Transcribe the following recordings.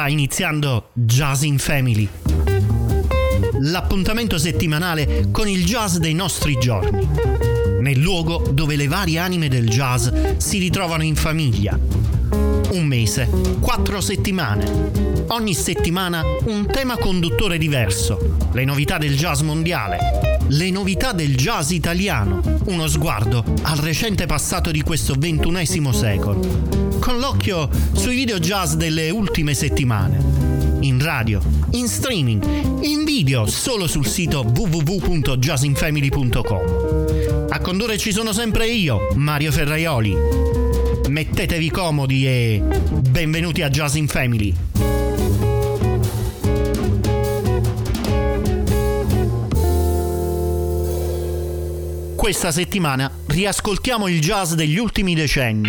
Sta iniziando Jazz in Family, l'appuntamento settimanale con il jazz dei nostri giorni, nel luogo dove le varie anime del jazz si ritrovano in famiglia. Un mese, 4 settimane. Ogni settimana un tema conduttore diverso. Le novità del jazz mondiale, le novità del jazz italiano, uno sguardo al recente passato di questo XXI secolo, con l'occhio sui video jazz delle ultime settimane, in radio, in streaming, in video solo sul sito www.jazzinfamily.com. A condurre ci sono sempre io, Mario Ferraioli. Mettetevi comodi e benvenuti a Jazz in Family. Questa settimana riascoltiamo il jazz degli ultimi decenni.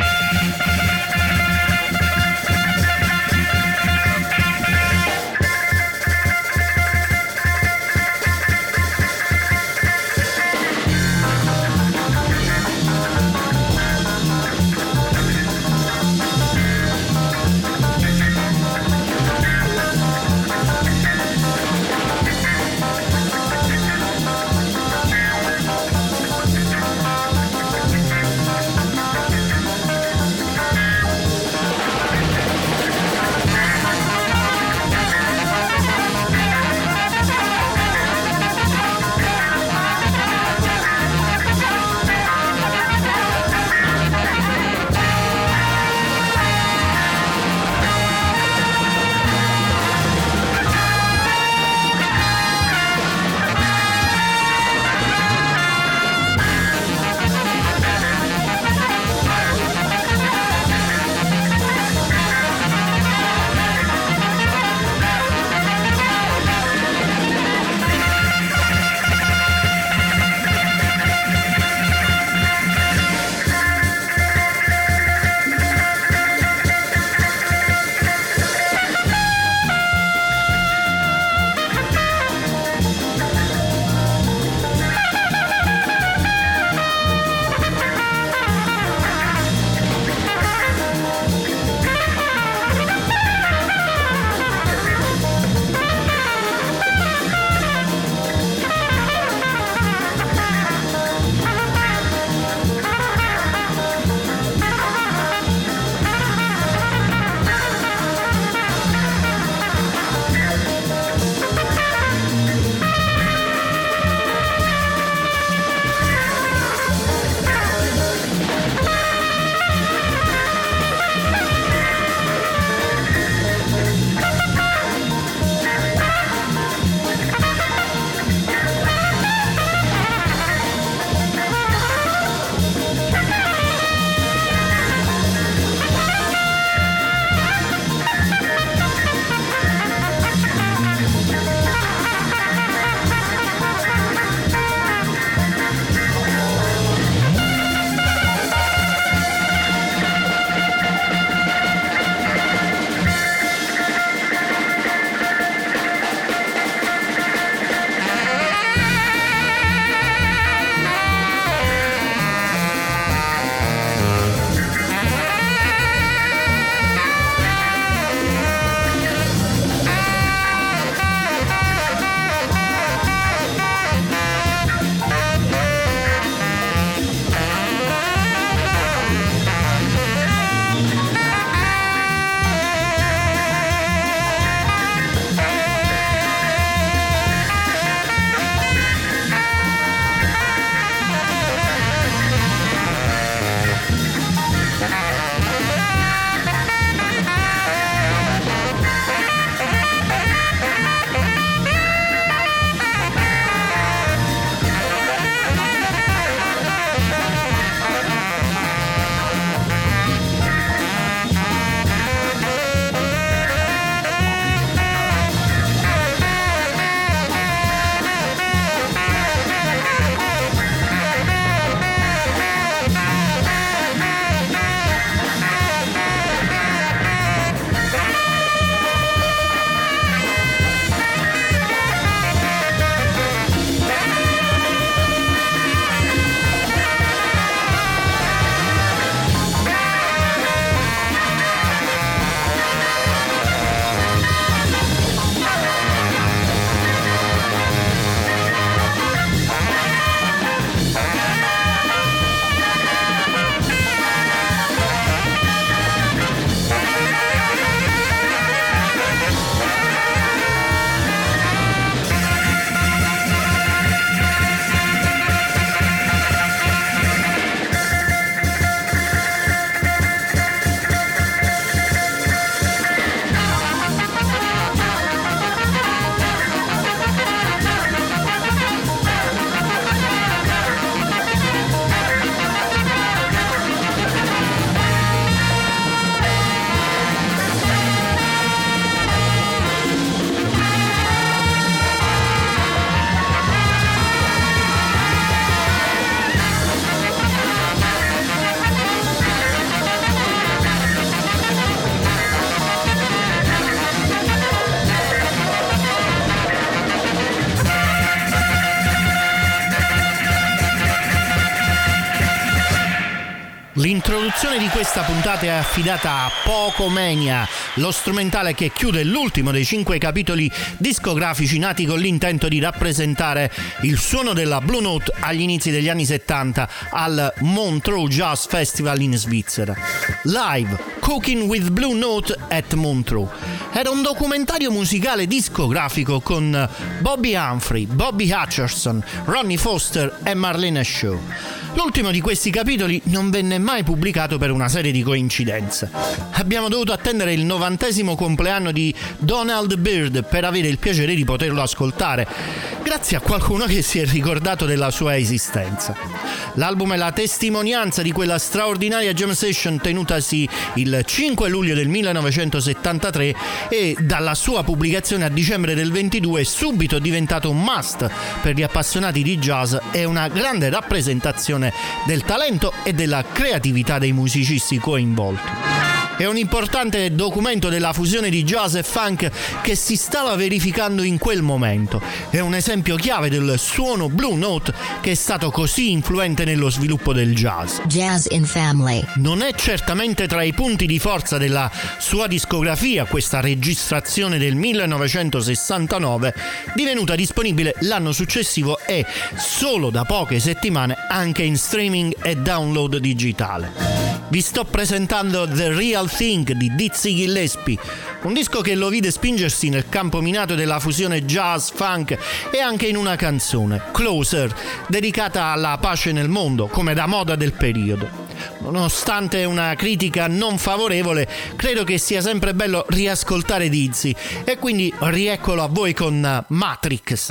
L'introduzione di questa puntata è affidata a Poco Mania, lo strumentale che chiude l'ultimo dei 5 capitoli discografici nati con l'intento di rappresentare il suono della Blue Note agli inizi degli anni 70 al Montreux Jazz Festival in Svizzera. Live, Cooking with Blue Note at Montreux. Era un documentario musicale discografico con Bobby Humphrey, Bobby Hutcherson, Ronnie Foster e Marlene Shaw. L'ultimo di questi capitoli non venne mai pubblicato per una serie di coincidenze. Abbiamo dovuto attendere il 90° compleanno di Donald Byrd per avere il piacere di poterlo ascoltare, grazie a qualcuno che si è ricordato della sua esistenza. L'album è la testimonianza di quella straordinaria jam session tenutasi il 5 luglio del 1973 e dalla sua pubblicazione a dicembre del 22 è subito diventato un must per gli appassionati di jazz e una grande rappresentazione del talento e della creatività dei musicisti coinvolti. È un importante documento della fusione di jazz e funk che si stava verificando in quel momento. È un esempio chiave del suono Blue Note che è stato così influente nello sviluppo del jazz. Jazz in Family. Non è certamente tra i punti di forza della sua discografia questa registrazione del 1969, divenuta disponibile l'anno successivo e solo da poche settimane anche in streaming e download digitale. Vi sto presentando The Real Thing di Dizzy Gillespie, un disco che lo vide spingersi nel campo minato della fusione jazz-funk e anche in una canzone, Closer, dedicata alla pace nel mondo, come da moda del periodo. Nonostante una critica non favorevole, credo che sia sempre bello riascoltare Dizzy e quindi rieccolo a voi con Matrix.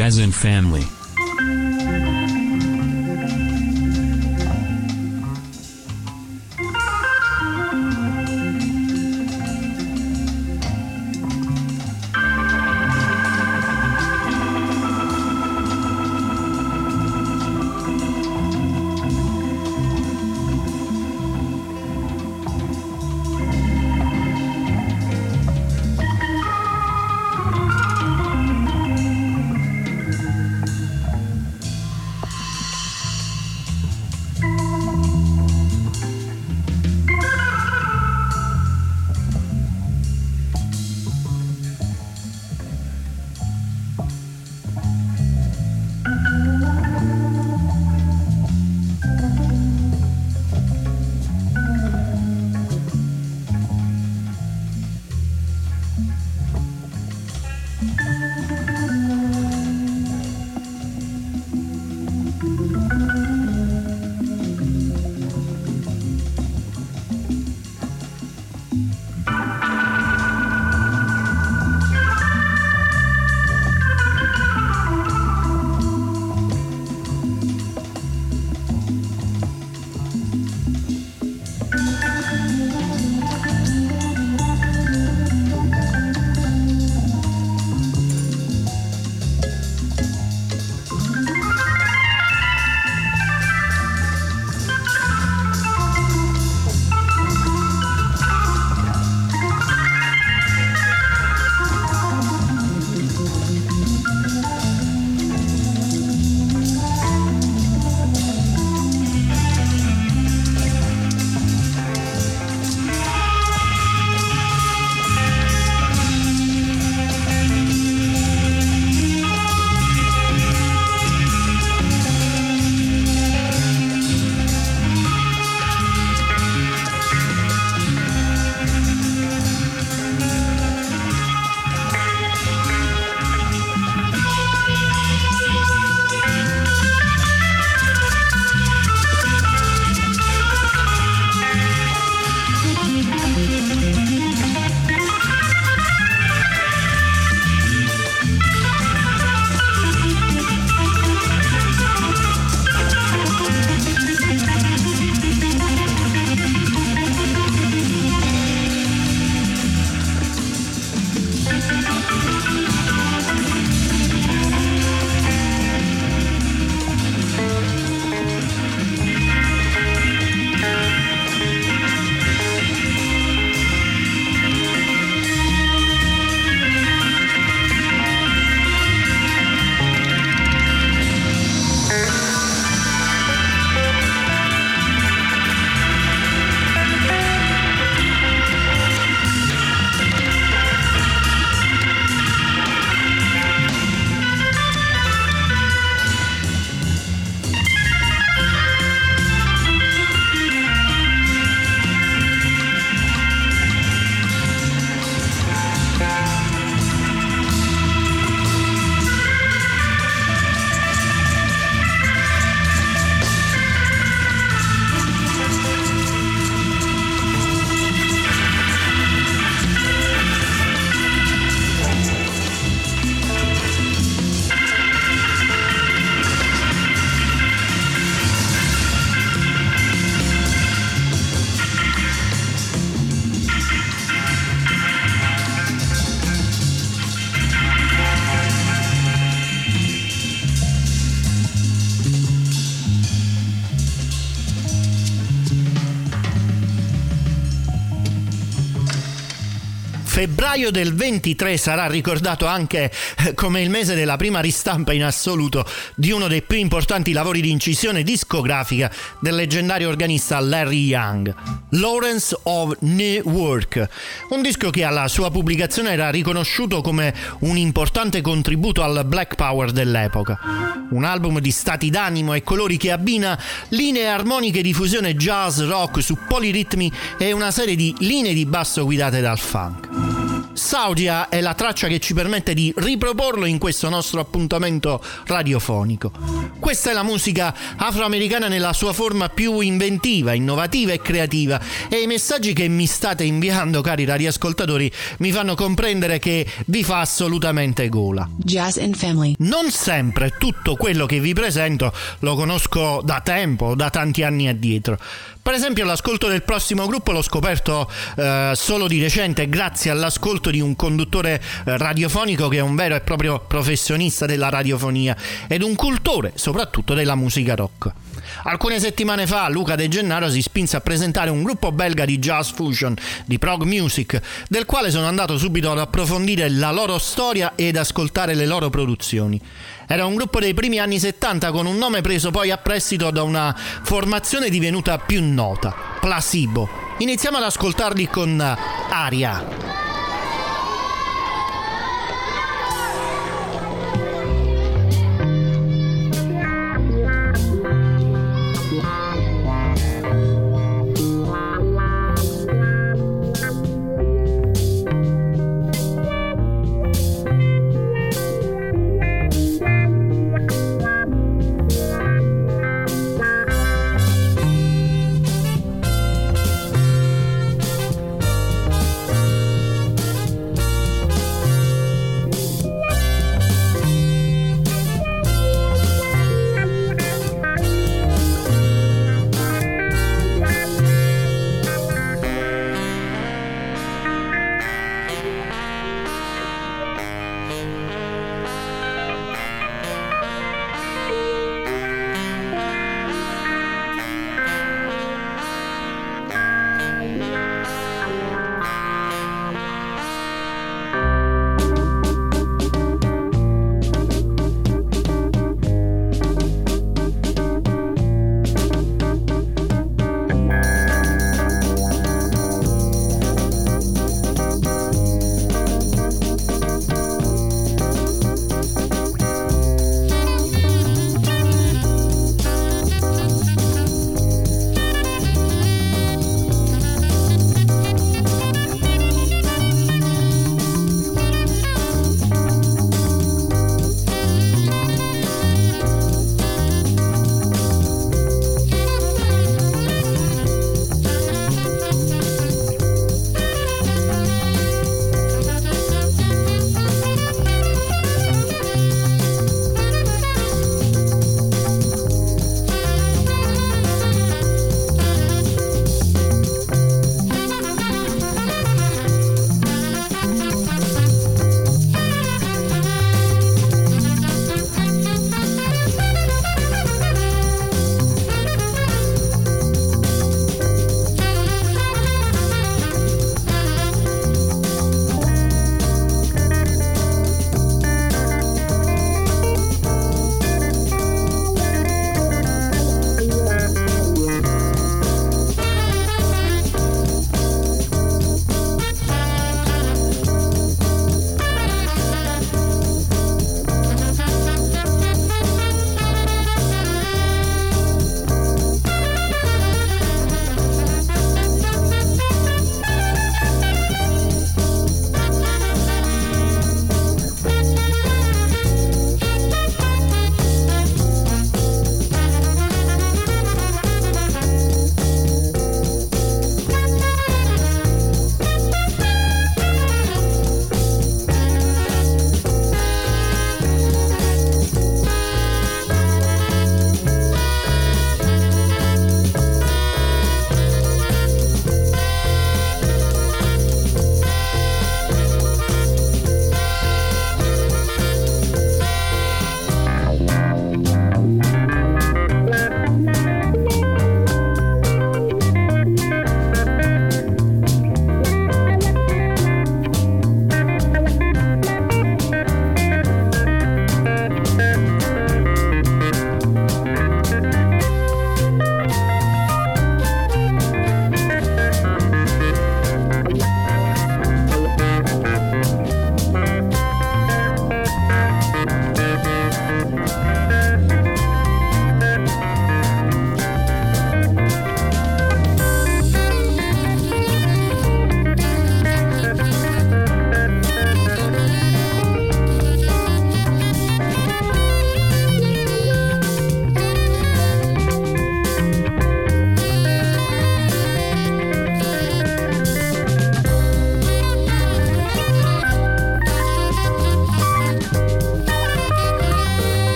Jazzin' Family. Febbraio del 23 sarà ricordato anche come il mese della prima ristampa in assoluto di uno dei più importanti lavori di incisione discografica del leggendario organista Larry Young, Lawrence of Newark, un disco che alla sua pubblicazione era riconosciuto come un importante contributo al Black Power dell'epoca. Un album di stati d'animo e colori che abbina linee armoniche di fusione jazz rock su poliritmi e una serie di linee di basso guidate dal funk. Saudia è la traccia che ci permette di riproporlo in questo nostro appuntamento radiofonico. Questa è la musica afroamericana nella sua forma più inventiva, innovativa e creativa, e i messaggi che mi state inviando, cari radioascoltatori, mi fanno comprendere che vi fa assolutamente gola. Jazz and Family. Non sempre tutto quello che vi presento lo conosco da tempo, da tanti anni addietro. Per esempio, l'ascolto del prossimo gruppo l'ho scoperto solo di recente, grazie all'ascolto di un conduttore radiofonico che è un vero e proprio professionista della radiofonia ed un cultore soprattutto della musica rock. Alcune settimane fa Luca De Gennaro si spinse a presentare un gruppo belga di jazz fusion, di prog music, del quale sono andato subito ad approfondire la loro storia ed ascoltare le loro produzioni. Era un gruppo dei primi anni 70 con un nome preso poi a prestito da una formazione divenuta più nota, Placebo. Iniziamo ad ascoltarli con Aria.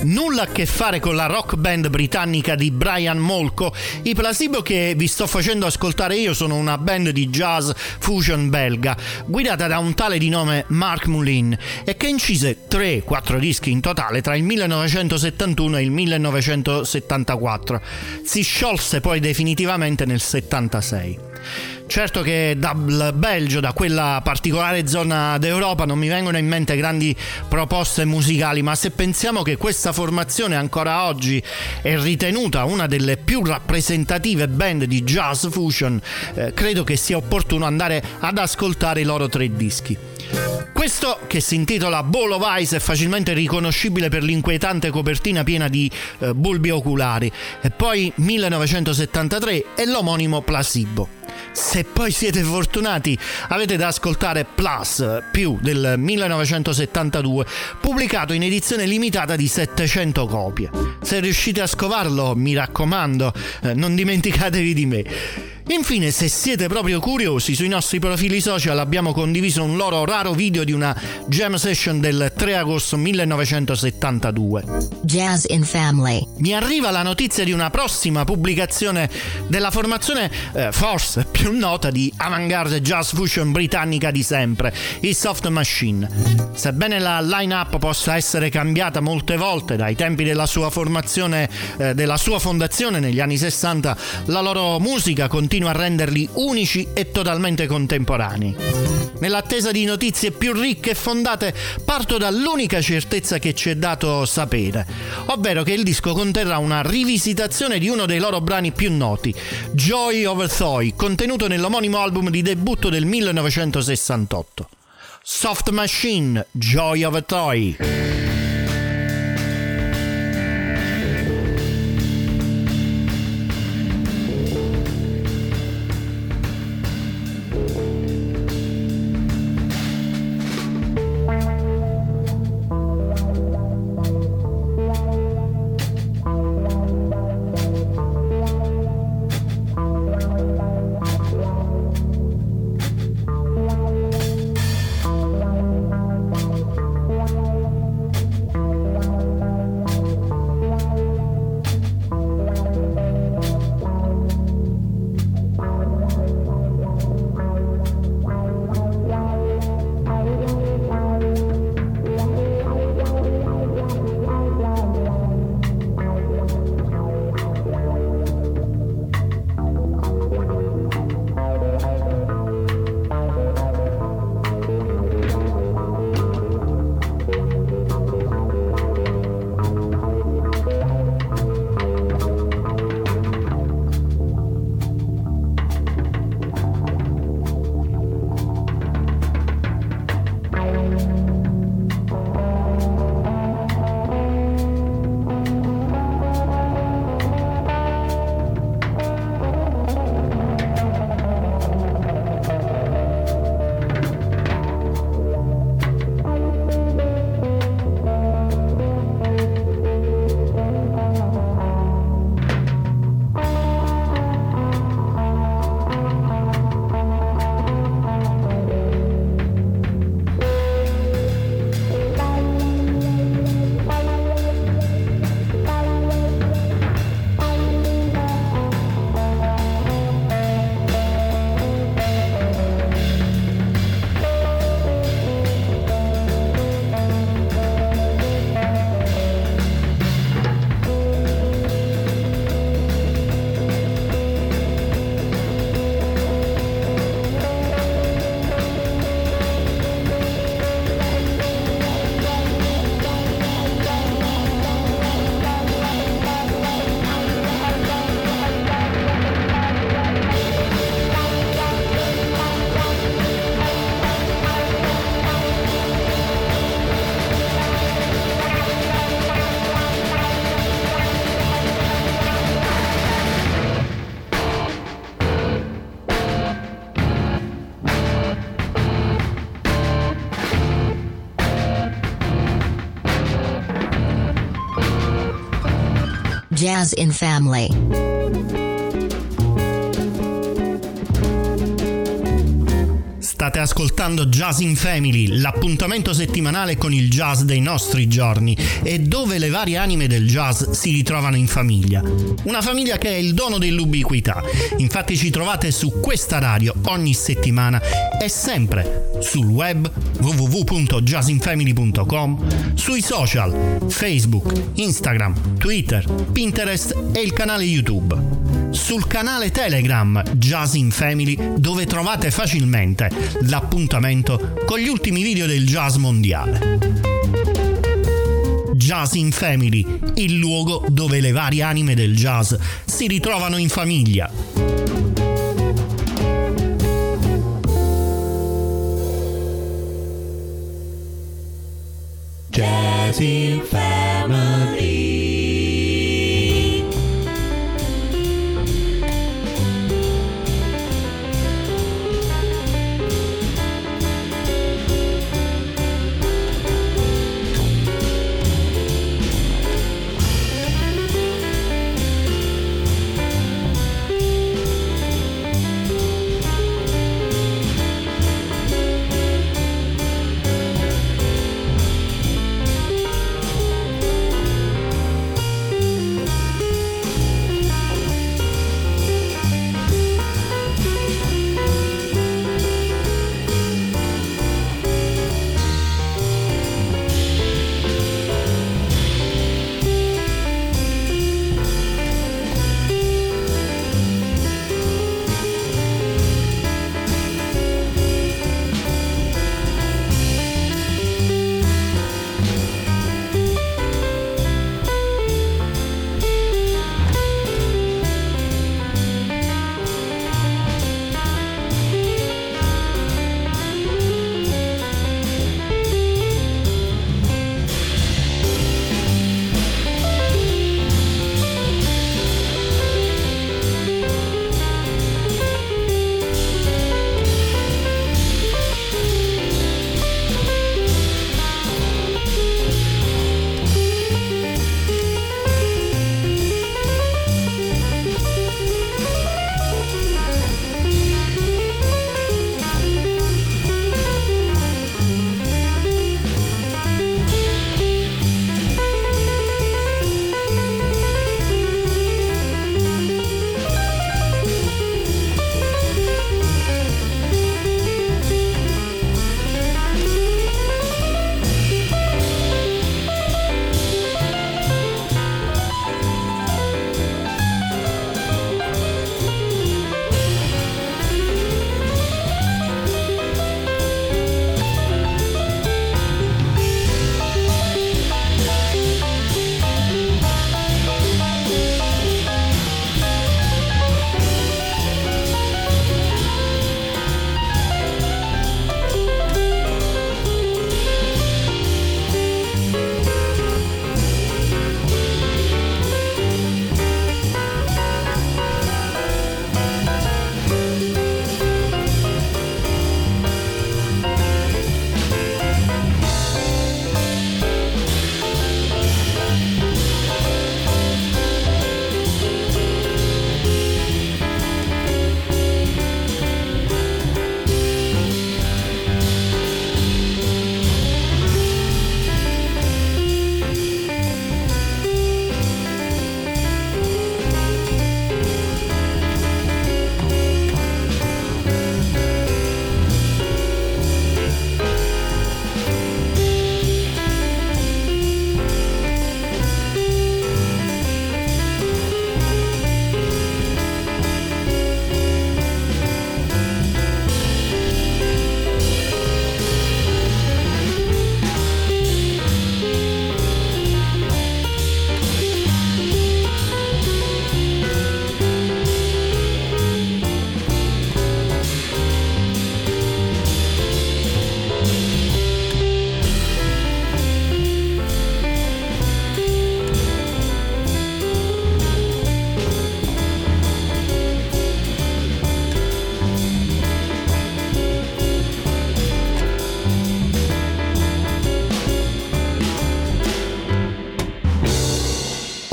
nulla a che fare con la rock band britannica di Brian Molko. I Placebo che vi sto facendo ascoltare io sono una band di jazz fusion belga guidata da un tale di nome Mark Moulin e che incise 3-4 dischi in totale tra il 1971 e il 1974. Si sciolse poi definitivamente nel 76. Certo che dal Belgio, da quella particolare zona d'Europa, non mi vengono in mente grandi proposte musicali, ma se pensiamo che questa formazione ancora oggi è ritenuta una delle più rappresentative band di jazz fusion, credo che sia opportuno andare ad ascoltare i loro 3 dischi. Questo, che si intitola Ball of Ice, è facilmente riconoscibile per l'inquietante copertina piena di bulbi oculari, e poi 1973 e l'omonimo Placebo. Se poi siete fortunati avete da ascoltare Plus più del 1972, pubblicato in edizione limitata di 700 copie. Se riuscite a scovarlo, mi raccomando, non dimenticatevi di me. Infine, se siete proprio curiosi, sui nostri profili social abbiamo condiviso un loro raro video di una jam session del 3 agosto 1972. Jazz in Family. Mi arriva la notizia di una prossima pubblicazione della formazione forse più nota di avant-garde jazz fusion britannica di sempre, i Soft Machine. Sebbene la line-up possa essere cambiata molte volte dai tempi della sua formazione, della sua fondazione negli anni 60, la loro musica continua a renderli unici e totalmente contemporanei. Nell'attesa di notizie più ricche e fondate, parto dall'unica certezza che ci è dato sapere, ovvero che il disco conterrà una rivisitazione di uno dei loro brani più noti, Joy of a Toy, contenuto nell'omonimo album di debutto del 1968. Soft Machine, Joy of a Toy. Jazz in Family. State ascoltando Jazz in Family, l'appuntamento settimanale con il jazz dei nostri giorni e dove le varie anime del jazz si ritrovano in famiglia. Una famiglia che è il dono dell'ubiquità. Infatti ci trovate su questa radio ogni settimana e sempre sul web www.jazzinfamily.com, sui social Facebook, Instagram, Twitter, Pinterest e il canale YouTube. Sul canale Telegram Jazz in Family, dove trovate facilmente l'appuntamento con gli ultimi video del jazz mondiale. Jazz in Family, il luogo dove le varie anime del jazz si ritrovano in famiglia. Jazz in Family.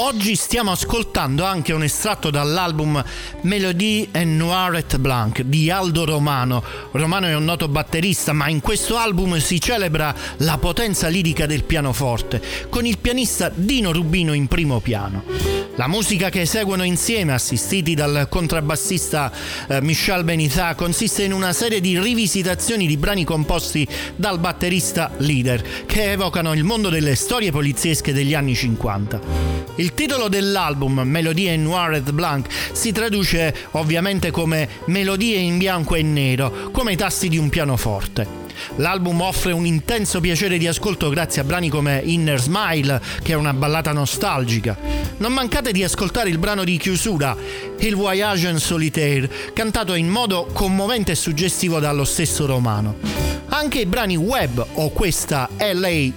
Oggi stiamo ascoltando anche un estratto dall'album Mélodie et Noiret Blanc di Aldo Romano. Romano è un noto batterista, ma in questo album si celebra la potenza lirica del pianoforte, con il pianista Dino Rubino in primo piano. La musica che eseguono insieme, assistiti dal contrabbassista Michel Benitha, consiste in una serie di rivisitazioni di brani composti dal batterista leader, che evocano il mondo delle storie poliziesche degli anni 50. Il titolo dell'album, Mélodie et Noiret Blanc, si traduce ovviamente come melodie in bianco e nero, come i tasti di un pianoforte. L'album offre un intenso piacere di ascolto grazie a brani come Inner Smile, che è una ballata nostalgica. Non mancate di ascoltare il brano di chiusura, Il Voyage en Solitaire, cantato in modo commovente e suggestivo dallo stesso Romano. Anche i brani Web o questa LA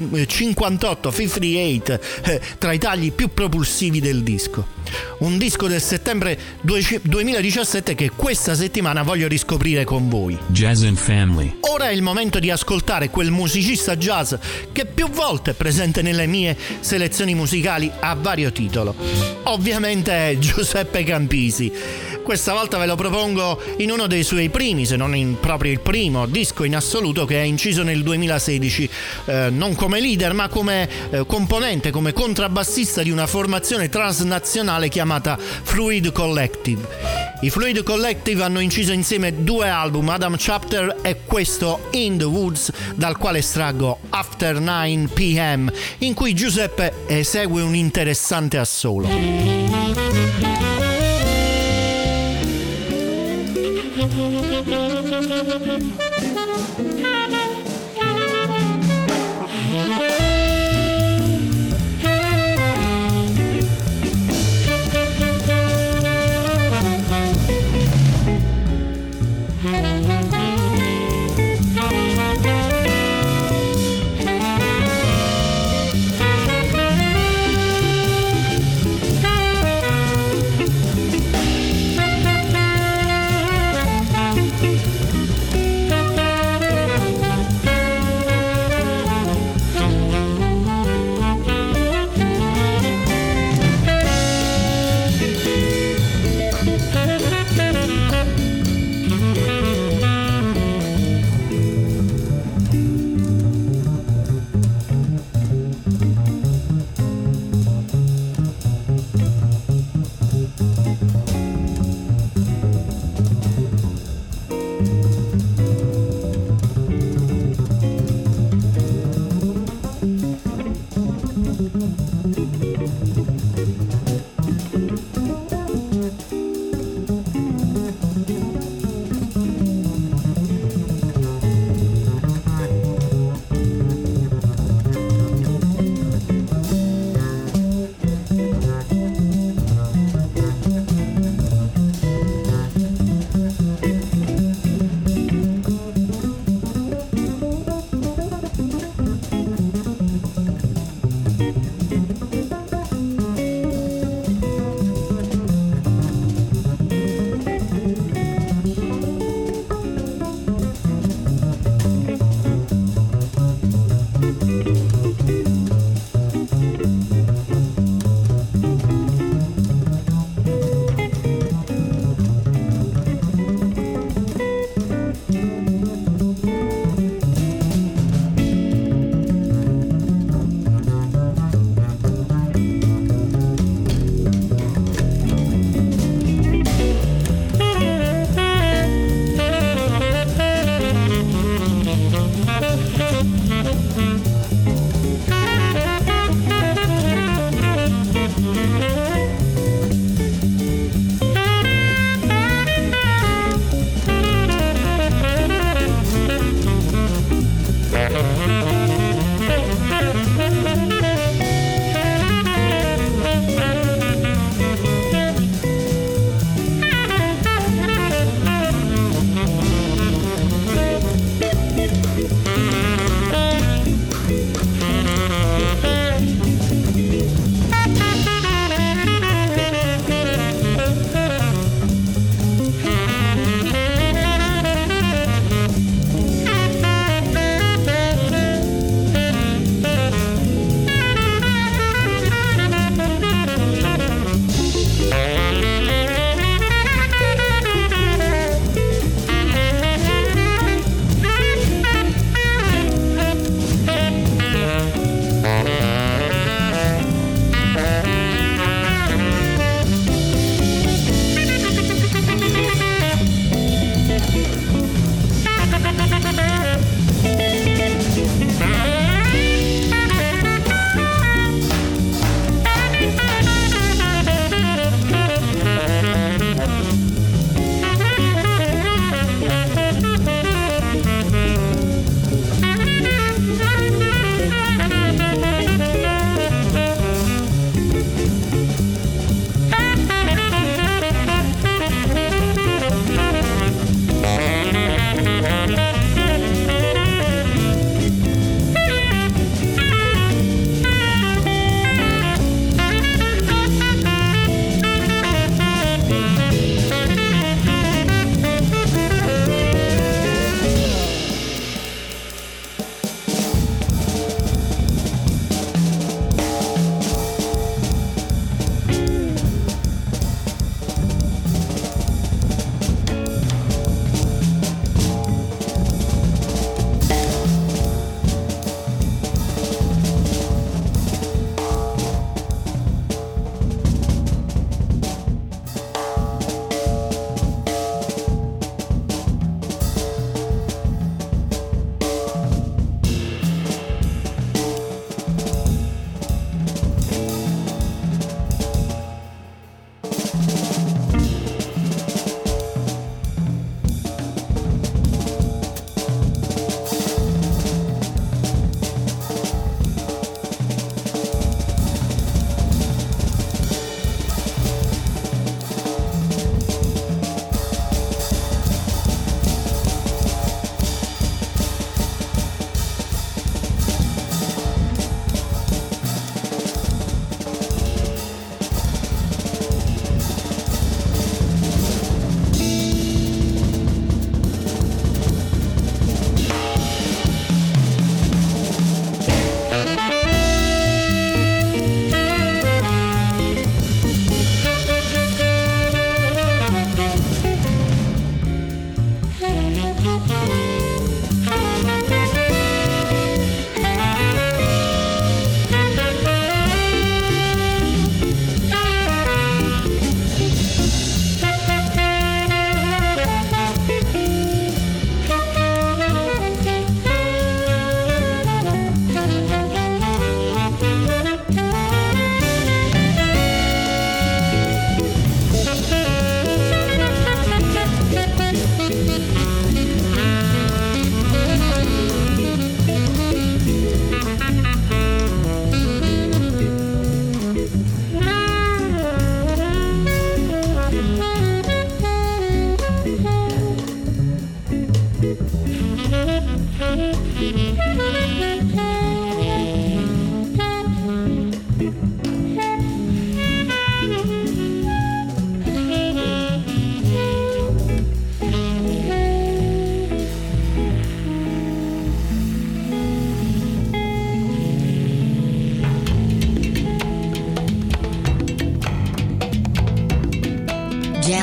5858 tra i tagli più propulsivi del disco. Un disco del settembre 2017 che questa settimana voglio riscoprire con voi. Jazz in Family. Ora è il momento di ascoltare quel musicista jazz che più volte è presente nelle mie selezioni musicali a vario titolo. Ovviamente è Giuseppe Campisi. Questa volta ve lo propongo in uno dei suoi primi, se non proprio il primo, disco in assoluto che è inciso nel 2016, non come leader ma come componente, come contrabbassista di una formazione transnazionale chiamata Fluid Collective. I Fluid Collective hanno inciso insieme 2 album, Adam Chapter e questo In the Woods, dal quale estraggo After 9 PM, in cui Giuseppe esegue un interessante assolo.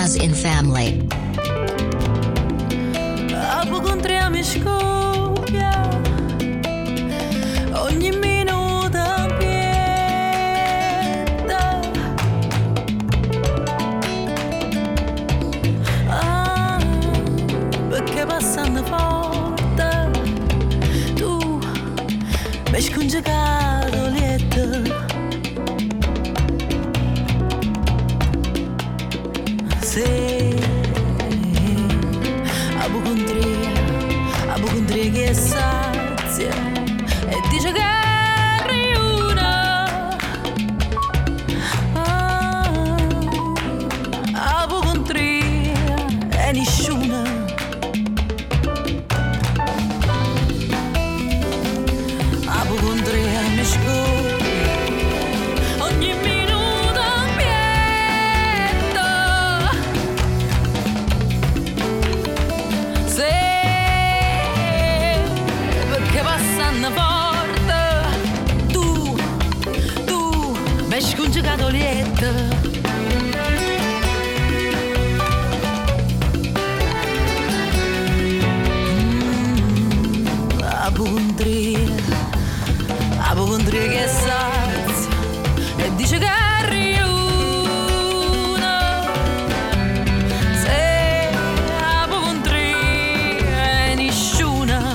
Jazz in Family. Apocondria mi scoppia ogni minuto pieta. Perché passando forte tu mi scongiato lieto. Se apocondria che sazia e dice che riuna. Apocondria è nessuna. Apocondria mi scoppia ogni minuto pietto. Se perché passando forte tu mi scongiato lieto. Apocondria che sazia e dice che riuna. Se apocondria è nessuna.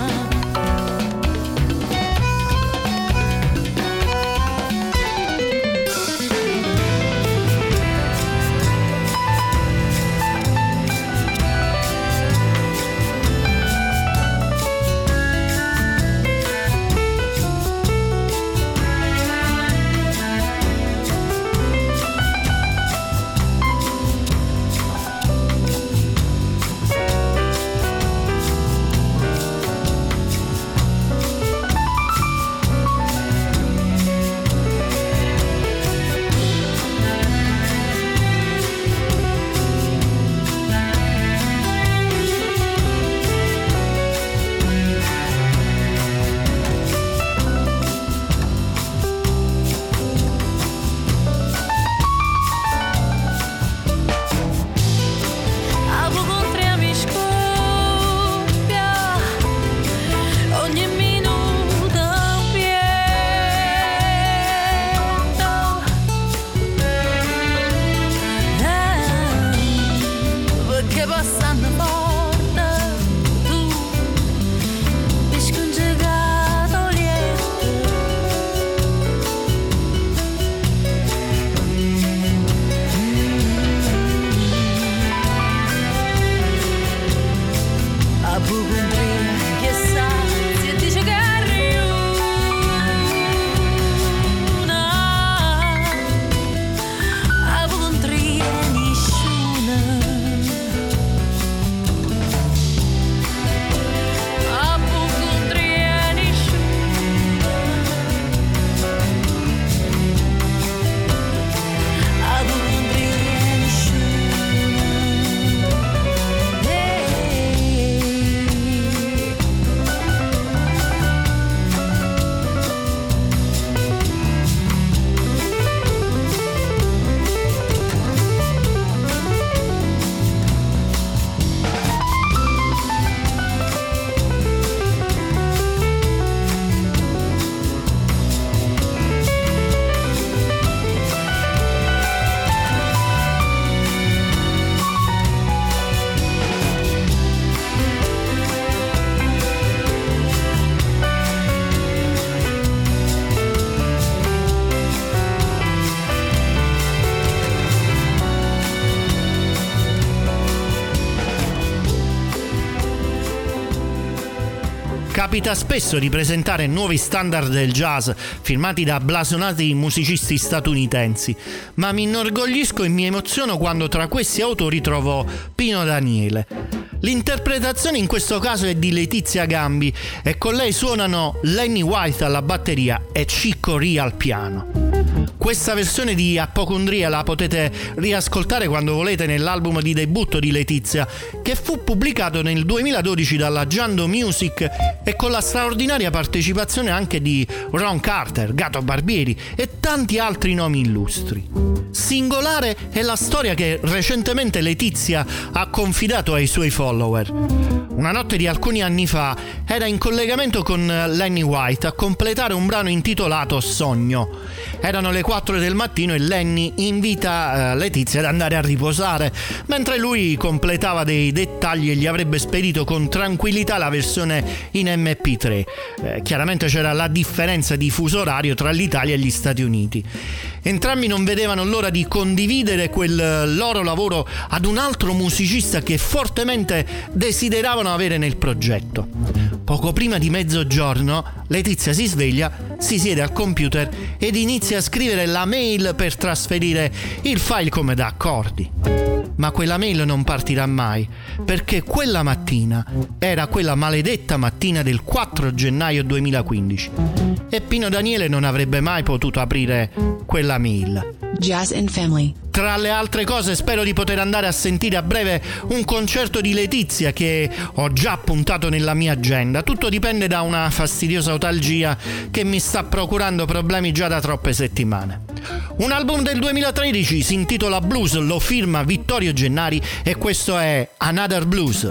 Capita spesso di presentare nuovi standard del jazz firmati da blasonati musicisti statunitensi, ma mi inorgoglisco e mi emoziono quando tra questi autori trovo Pino Daniele. L'interpretazione in questo caso è di Letizia Gambi e con lei suonano Lenny White alla batteria e Chick Corea al piano. Questa versione di Apocondria la potete riascoltare quando volete nell'album di debutto di Letizia, che fu pubblicato nel 2012 dalla Jando Music e con la straordinaria partecipazione anche di Ron Carter, Gato Barbieri e tanti altri nomi illustri. Singolare è la storia che recentemente Letizia ha confidato ai suoi follower. Una notte di alcuni anni fa era in collegamento con Lenny White a completare un brano intitolato Sogno. Erano le 4 del mattino e Lenny invita Letizia ad andare a riposare, mentre lui completava dei dettagli e gli avrebbe spedito con tranquillità la versione in MP3. Chiaramente c'era la differenza di fuso orario tra l'Italia e gli Stati Uniti. Entrambi non vedevano l'ora di condividere quel loro lavoro ad un altro musicista che fortemente desideravano avere nel progetto. Poco prima di mezzogiorno Letizia si sveglia, si siede al computer ed inizia a scrivere la mail per trasferire il file come da accordi. Ma quella mail non partirà mai, perché quella mattina era quella maledetta mattina del 4 gennaio 2015 e Pino Daniele non avrebbe mai potuto aprire quella mail. Jazz in Family. Tra le altre cose spero di poter andare a sentire a breve un concerto di Letizia che ho già appuntato nella mia agenda. Tutto dipende da una fastidiosa otalgia che mi sta procurando problemi già da troppe settimane. Un album del 2013 si intitola Blues, lo firma Vittorio Gennari e questo è Another Blues.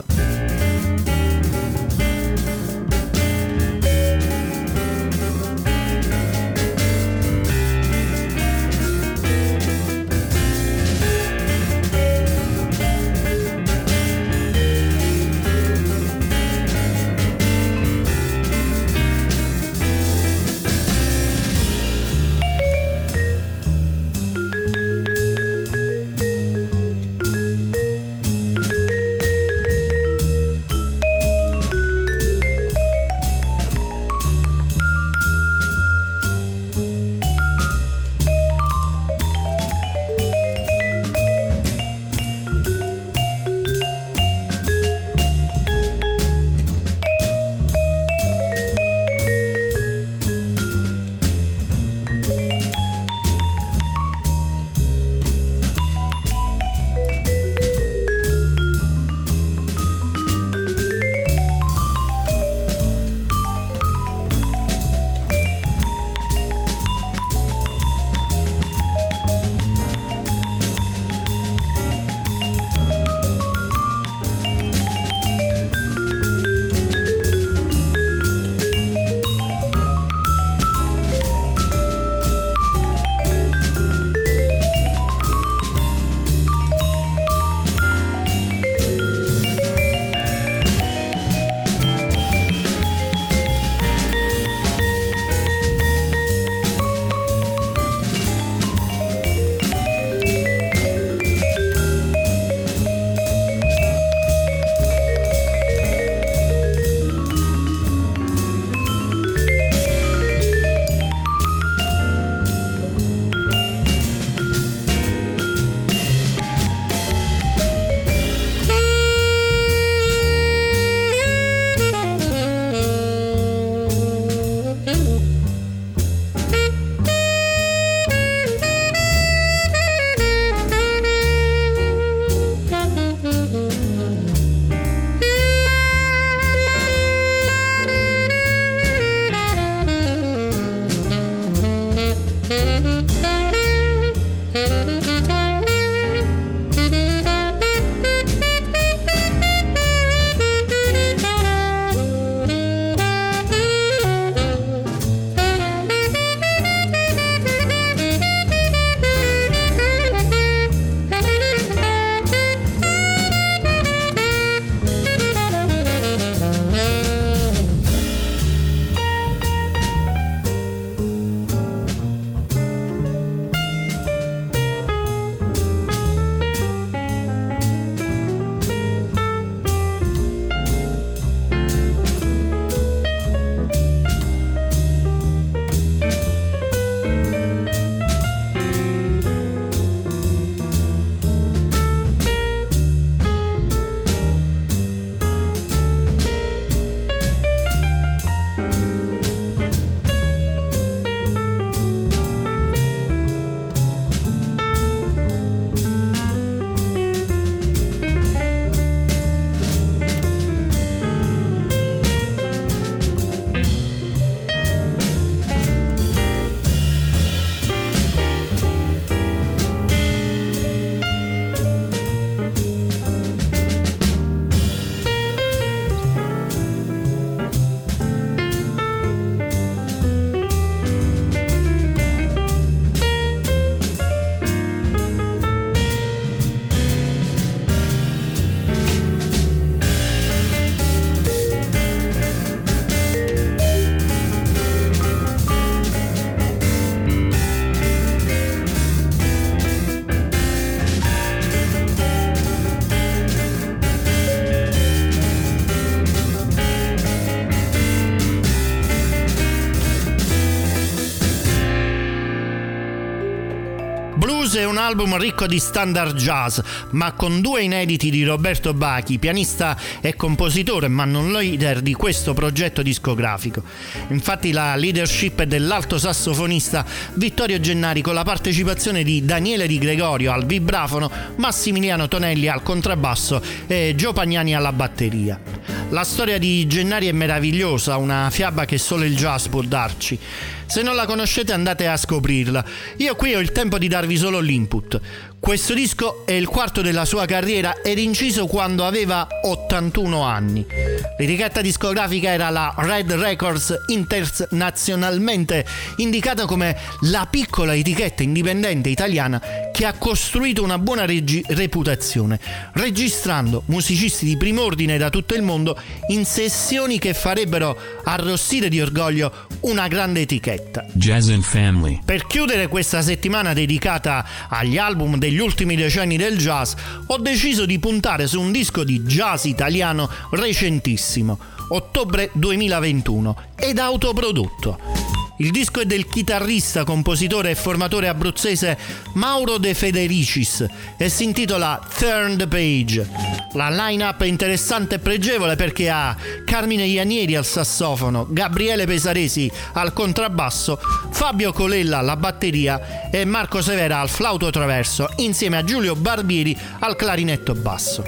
Blues è un album ricco di standard jazz, ma con 2 inediti di Roberto Bachi, pianista e compositore, ma non leader di questo progetto discografico. Infatti la leadership è dell'alto sassofonista Vittorio Gennari, con la partecipazione di Daniele Di Gregorio al vibrafono, Massimiliano Tonelli al contrabbasso e Gio Pagnani alla batteria. La storia di Gennari è meravigliosa, una fiaba che solo il jazz può darci. Se non la conoscete andate a scoprirla. Io qui ho il tempo di darvi solo l'input. Questo disco è il 4º della sua carriera ed inciso quando aveva 81 anni. L'etichetta discografica era la Red Records, internazionalmente indicata come la piccola etichetta indipendente italiana che ha costruito una buona reputazione, registrando musicisti di prim'ordine da tutto il mondo in sessioni che farebbero arrossire di orgoglio una grande etichetta. Jazz in Family. Per chiudere questa settimana dedicata agli album degli ultimi decenni del jazz, ho deciso di puntare su un disco di jazz italiano recentissimo, ottobre 2021, ed autoprodotto. Il disco è del chitarrista, compositore e formatore abruzzese Mauro De Federicis e si intitola Turn the Page. La line-up è interessante e pregevole perché ha Carmine Ianieri al sassofono, Gabriele Pesaresi al contrabbasso, Fabio Colella alla batteria e Marco Severa al flauto traverso, insieme a Giulio Barbieri al clarinetto basso.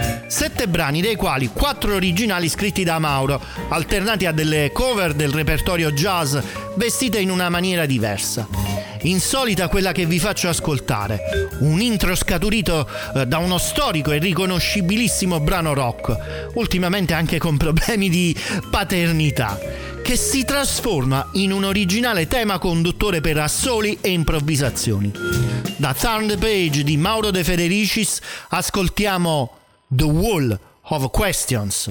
7 brani, dei quali 4 originali scritti da Mauro, alternati a delle cover del repertorio jazz vestite in una maniera diversa. Insolita quella che vi faccio ascoltare, un intro scaturito da uno storico e riconoscibilissimo brano rock, ultimamente anche con problemi di paternità, che si trasforma in un originale tema conduttore per assoli e improvvisazioni. Da Turn the Page di Mauro De Federicis ascoltiamo The Wall of Questions.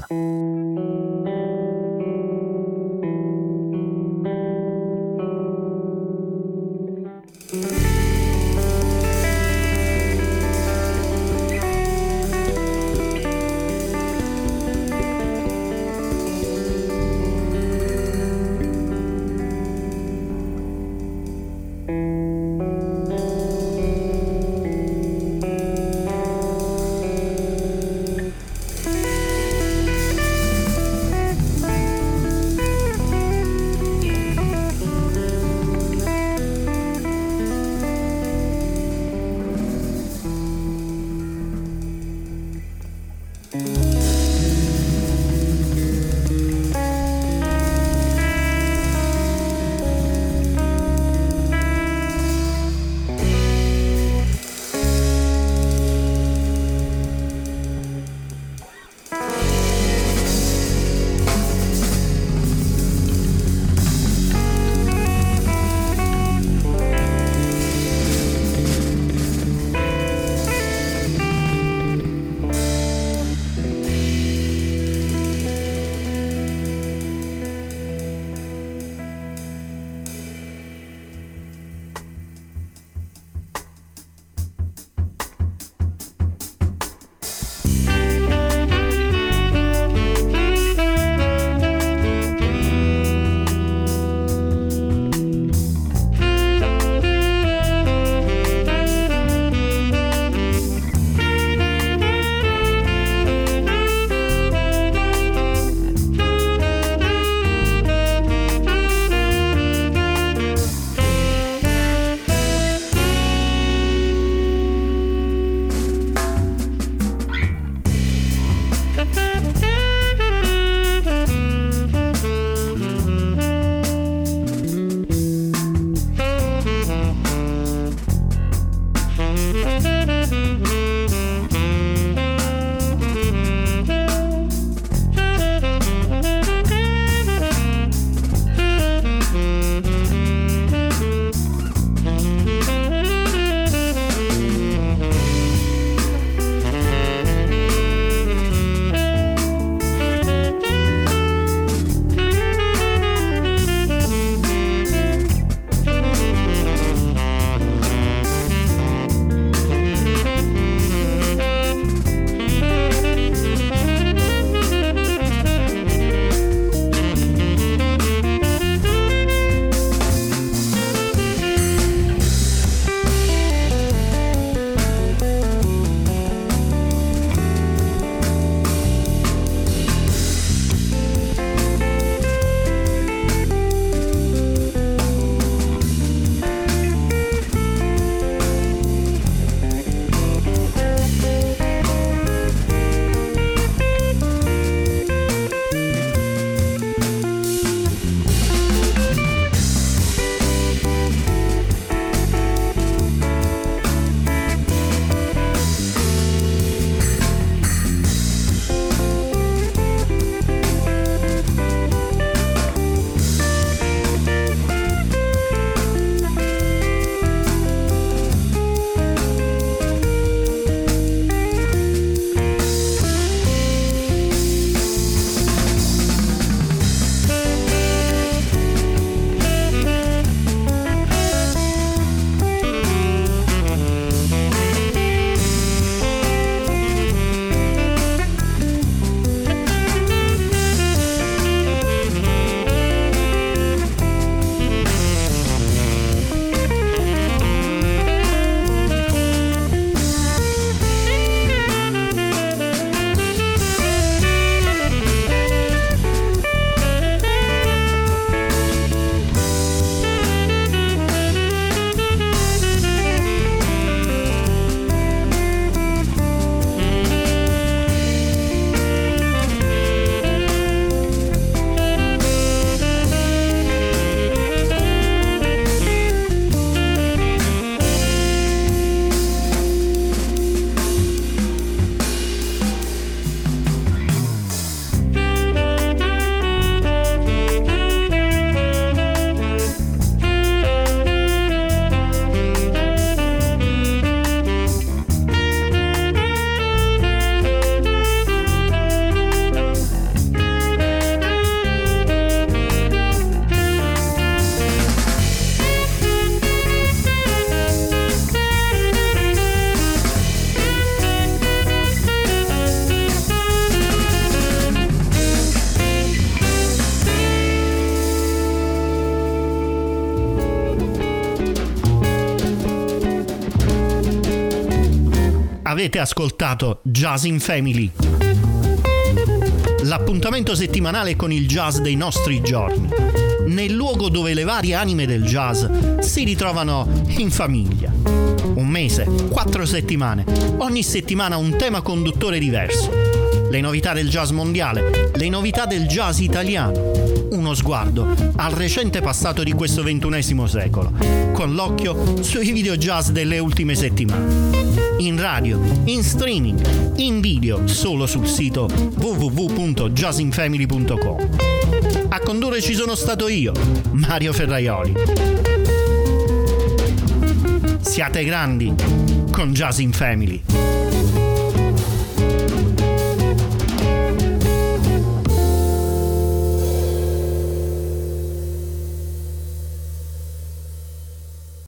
Avete ascoltato Jazz in Family, l'appuntamento settimanale con il jazz dei nostri giorni, nel luogo dove le varie anime del jazz si ritrovano in famiglia. Un mese, 4 settimane, ogni settimana un tema conduttore diverso. Le novità del jazz mondiale, le novità del jazz italiano. Uno sguardo al recente passato di questo XXI secolo, con l'occhio sui video jazz delle ultime settimane. In radio, in streaming, in video, solo sul sito www.jazzinfamily.com. A condurre ci sono stato io, Mario Ferraioli. Siate grandi con Jazz in Family.